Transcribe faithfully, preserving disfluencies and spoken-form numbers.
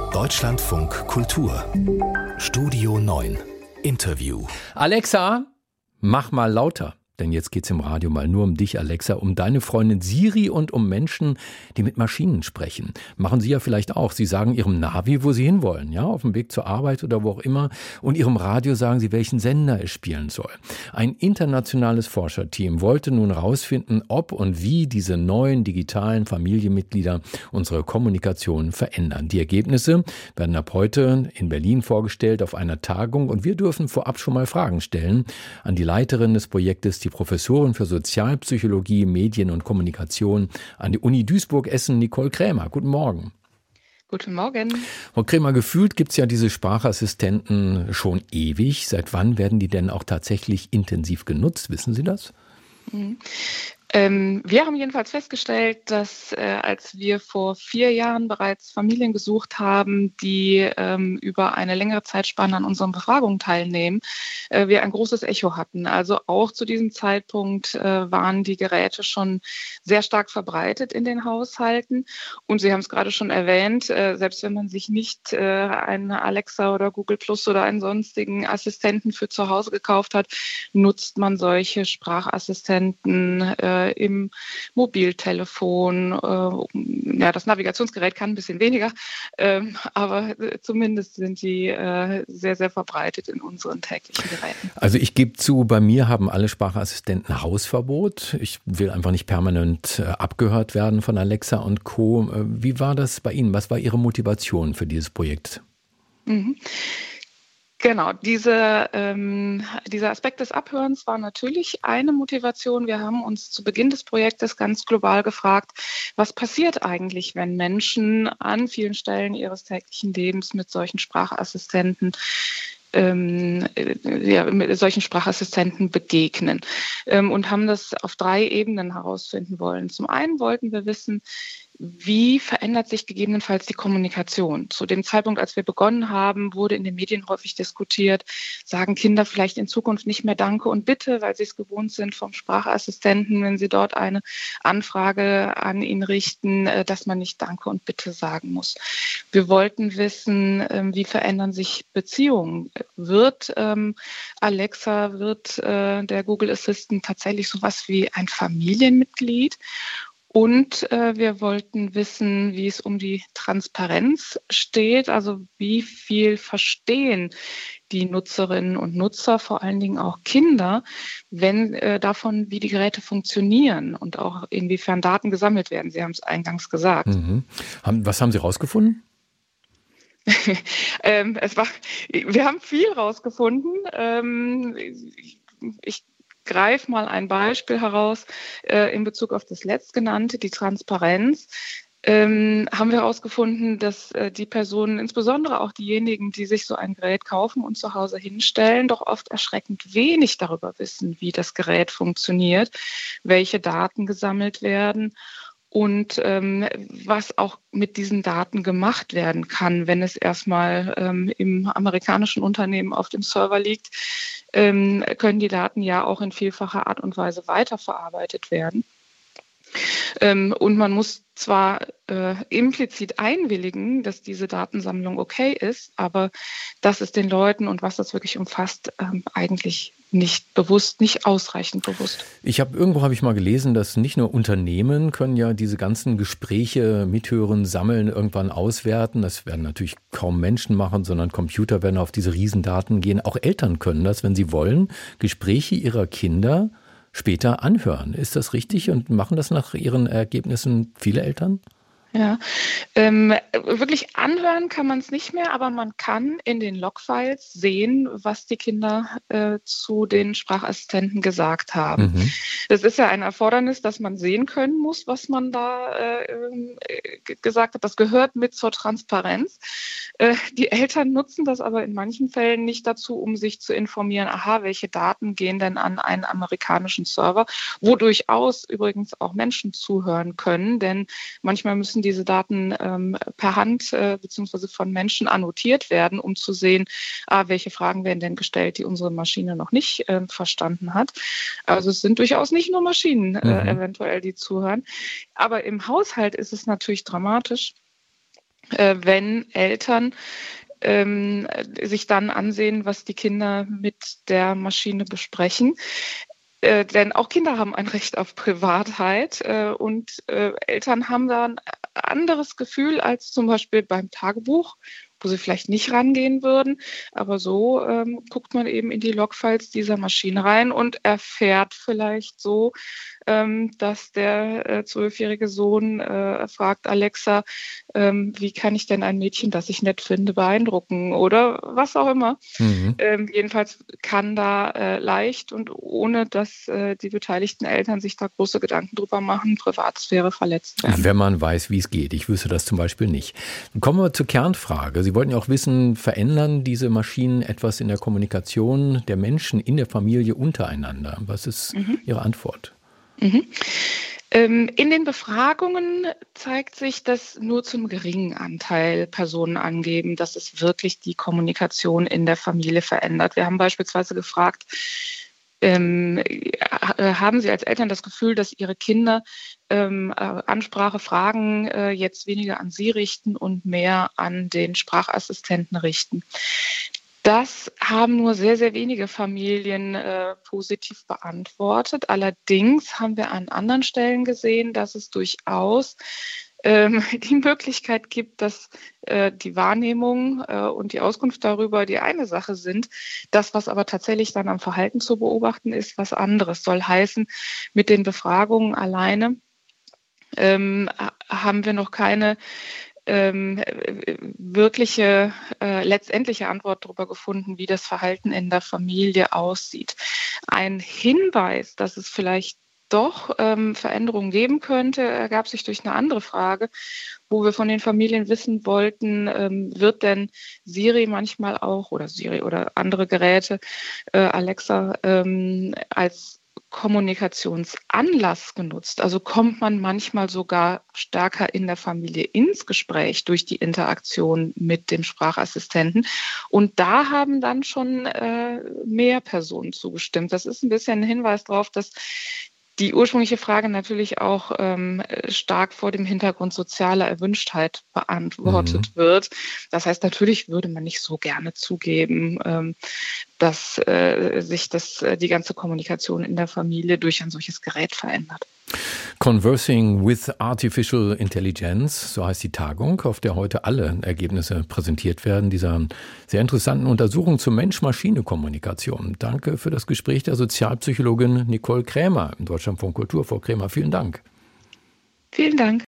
Deutschlandfunk Kultur Studio neun Interview. Alexa, mach mal lauter. Denn jetzt geht's im Radio mal nur um dich, Alexa, um deine Freundin Siri und um Menschen, die mit Maschinen sprechen. Machen Sie ja vielleicht auch. Sie sagen Ihrem Navi, wo Sie hinwollen, ja, auf dem Weg zur Arbeit oder wo auch immer. Und Ihrem Radio sagen Sie, welchen Sender es spielen soll. Ein internationales Forscherteam wollte nun herausfinden, ob und wie diese neuen digitalen Familienmitglieder unsere Kommunikation verändern. Die Ergebnisse werden ab heute in Berlin vorgestellt auf einer Tagung und wir dürfen vorab schon mal Fragen stellen an die Leiterin des Projektes, die Professorin für Sozialpsychologie, Medien und Kommunikation an die Uni Duisburg-Essen, Nicole Krämer. Guten Morgen. Guten Morgen. Frau Krämer, gefühlt gibt es ja diese Sprachassistenten schon ewig. Seit wann werden die denn auch tatsächlich intensiv genutzt? Wissen Sie das? Mhm. Ähm, wir haben jedenfalls festgestellt, dass äh, als wir vor vier Jahren bereits Familien gesucht haben, die ähm, über eine längere Zeitspanne an unseren Befragungen teilnehmen, äh, wir ein großes Echo hatten. Also auch zu diesem Zeitpunkt äh, waren die Geräte schon sehr stark verbreitet in den Haushalten. Und Sie haben es gerade schon erwähnt, äh, selbst wenn man sich nicht äh, eine Alexa oder Google Plus oder einen sonstigen Assistenten für zu Hause gekauft hat, nutzt man solche Sprachassistenten äh, im Mobiltelefon. Äh, ja, das Navigationsgerät kann ein bisschen weniger, ähm, aber zumindest sind die äh, sehr, sehr verbreitet in unseren täglichen Geräten. Also ich gebe zu, bei mir haben alle Sprachassistenten Hausverbot. Ich will einfach nicht permanent äh, abgehört werden von Alexa und Co. Äh, wie war das bei Ihnen? Was war Ihre Motivation für dieses Projekt? Mhm. Genau, diese, ähm, dieser Aspekt des Abhörens war natürlich eine Motivation. Wir haben uns zu Beginn des Projektes ganz global gefragt, was passiert eigentlich, wenn Menschen an vielen Stellen ihres täglichen Lebens mit solchen Sprachassistenten Ähm, ja, mit solchen Sprachassistenten begegnen ähm, und haben das auf drei Ebenen herausfinden wollen. Zum einen wollten wir wissen, wie verändert sich gegebenenfalls die Kommunikation? Zu dem Zeitpunkt, als wir begonnen haben, wurde in den Medien häufig diskutiert, sagen Kinder vielleicht in Zukunft nicht mehr Danke und Bitte, weil sie es gewohnt sind vom Sprachassistenten, wenn sie dort eine Anfrage an ihn richten, dass man nicht Danke und Bitte sagen muss. Wir wollten wissen, wie verändern sich Beziehungen? Wird ähm, Alexa, wird äh, der Google Assistant tatsächlich sowas wie ein Familienmitglied? Und äh, wir wollten wissen, wie es um die Transparenz steht, also wie viel verstehen die Nutzerinnen und Nutzer, vor allen Dingen auch Kinder, wenn äh, davon, wie die Geräte funktionieren und auch inwiefern Daten gesammelt werden. Sie haben es eingangs gesagt. Mhm. Was haben Sie rausgefunden? ähm, es war, wir haben viel rausgefunden. Ähm, ich, ich greife mal ein Beispiel heraus äh, in Bezug auf das letztgenannte, die Transparenz. Ähm, haben wir herausgefunden, dass äh, die Personen, insbesondere auch diejenigen, die sich so ein Gerät kaufen und zu Hause hinstellen, doch oft erschreckend wenig darüber wissen, wie das Gerät funktioniert, welche Daten gesammelt werden und ähm, was auch mit diesen Daten gemacht werden kann, wenn es erstmal ähm, im amerikanischen Unternehmen auf dem Server liegt, ähm, können die Daten ja auch in vielfacher Art und Weise weiterverarbeitet werden. Ähm, und man muss zwar äh, implizit einwilligen, dass diese Datensammlung okay ist, aber das ist den Leuten und was das wirklich umfasst, ähm, eigentlich nicht bewusst, nicht ausreichend bewusst. Ich habe irgendwo habe ich mal gelesen, dass nicht nur Unternehmen können ja diese ganzen Gespräche mithören, sammeln, irgendwann auswerten. Das werden natürlich kaum Menschen machen, sondern Computer werden auf diese Riesendaten gehen. Auch Eltern können das, wenn sie wollen, Gespräche ihrer Kinder später anhören. Ist das richtig und machen das nach Ihren Ergebnissen viele Eltern? Ja, ähm, wirklich anhören kann man es nicht mehr, aber man kann in den Logfiles sehen, was die Kinder äh, zu den Sprachassistenten gesagt haben. Mhm. Das ist ja ein Erfordernis, dass man sehen können muss, was man da äh, gesagt hat. Das gehört mit zur Transparenz. Äh, die Eltern nutzen das aber in manchen Fällen nicht dazu, um sich zu informieren, aha, welche Daten gehen denn an einen amerikanischen Server, wo durchaus übrigens auch Menschen zuhören können, denn manchmal müssen diese Daten ähm, per Hand äh, bzw. von Menschen annotiert werden, um zu sehen, ah, welche Fragen werden denn gestellt, die unsere Maschine noch nicht äh, verstanden hat. Also es sind durchaus nicht nur Maschinen äh, mhm. eventuell, die zuhören. Aber im Haushalt ist es natürlich dramatisch. äh, wenn Eltern ähm, sich dann ansehen, was die Kinder mit der Maschine besprechen. Äh, denn auch Kinder haben ein Recht auf Privatheit äh, und äh, Eltern haben da ein anderes Gefühl als zum Beispiel beim Tagebuch, wo sie vielleicht nicht rangehen würden. Aber so ähm, guckt man eben in die Logfiles dieser Maschine rein und erfährt vielleicht so, ähm, dass der zwölfjährige äh, Sohn äh, fragt Alexa, ähm, wie kann ich denn ein Mädchen, das ich nett finde, beeindrucken oder was auch immer. Mhm. Ähm, jedenfalls kann da äh, leicht und ohne, dass äh, die beteiligten Eltern sich da große Gedanken drüber machen, Privatsphäre verletzt werden. Wenn man weiß, wie es geht. Ich wüsste das zum Beispiel nicht. Kommen wir zur Kernfrage. Sie wollten ja auch wissen, verändern diese Maschinen etwas in der Kommunikation der Menschen in der Familie untereinander? Was ist mhm. Ihre Antwort? Mhm. Ähm, in den Befragungen zeigt sich, dass nur zum geringen Anteil Personen angeben, dass es wirklich die Kommunikation in der Familie verändert. Wir haben beispielsweise gefragt, ähm, haben Sie als Eltern das Gefühl, dass Ihre Kinder ähm, Ansprache, Fragen äh, jetzt weniger an Sie richten und mehr an den Sprachassistenten richten? Das haben nur sehr, sehr wenige Familien äh, positiv beantwortet. Allerdings haben wir an anderen Stellen gesehen, dass es durchaus ähm, die Möglichkeit gibt, dass äh, die Wahrnehmung äh, und die Auskunft darüber die eine Sache sind. Das, was aber tatsächlich dann am Verhalten zu beobachten ist, was anderes. Soll heißen, mit den Befragungen alleine ähm, haben wir noch keine Ähm, wirkliche, äh, letztendliche Antwort darüber gefunden, wie das Verhalten in der Familie aussieht. Ein Hinweis, dass es vielleicht doch ähm, Veränderungen geben könnte, ergab sich durch eine andere Frage, wo wir von den Familien wissen wollten, ähm, wird denn Siri manchmal auch oder Siri oder andere Geräte, äh, Alexa, ähm, als Kommunikationsanlass genutzt. Also kommt man manchmal sogar stärker in der Familie ins Gespräch durch die Interaktion mit dem Sprachassistenten. Und da haben dann schon äh, mehr Personen zugestimmt. Das ist ein bisschen ein Hinweis darauf, dass die ursprüngliche Frage natürlich auch ähm, stark vor dem Hintergrund sozialer Erwünschtheit beantwortet mhm. wird. Das heißt, natürlich würde man nicht so gerne zugeben, ähm, dass äh, sich das, äh, die ganze Kommunikation in der Familie durch ein solches Gerät verändert. Conversing with Artificial Intelligence, so heißt die Tagung, auf der heute alle Ergebnisse präsentiert werden, dieser sehr interessanten Untersuchung zur Mensch-Maschine-Kommunikation. Danke für das Gespräch der Sozialpsychologin Nicole Krämer im Deutschlandfunk Kultur. Frau Krämer, vielen Dank. Vielen Dank.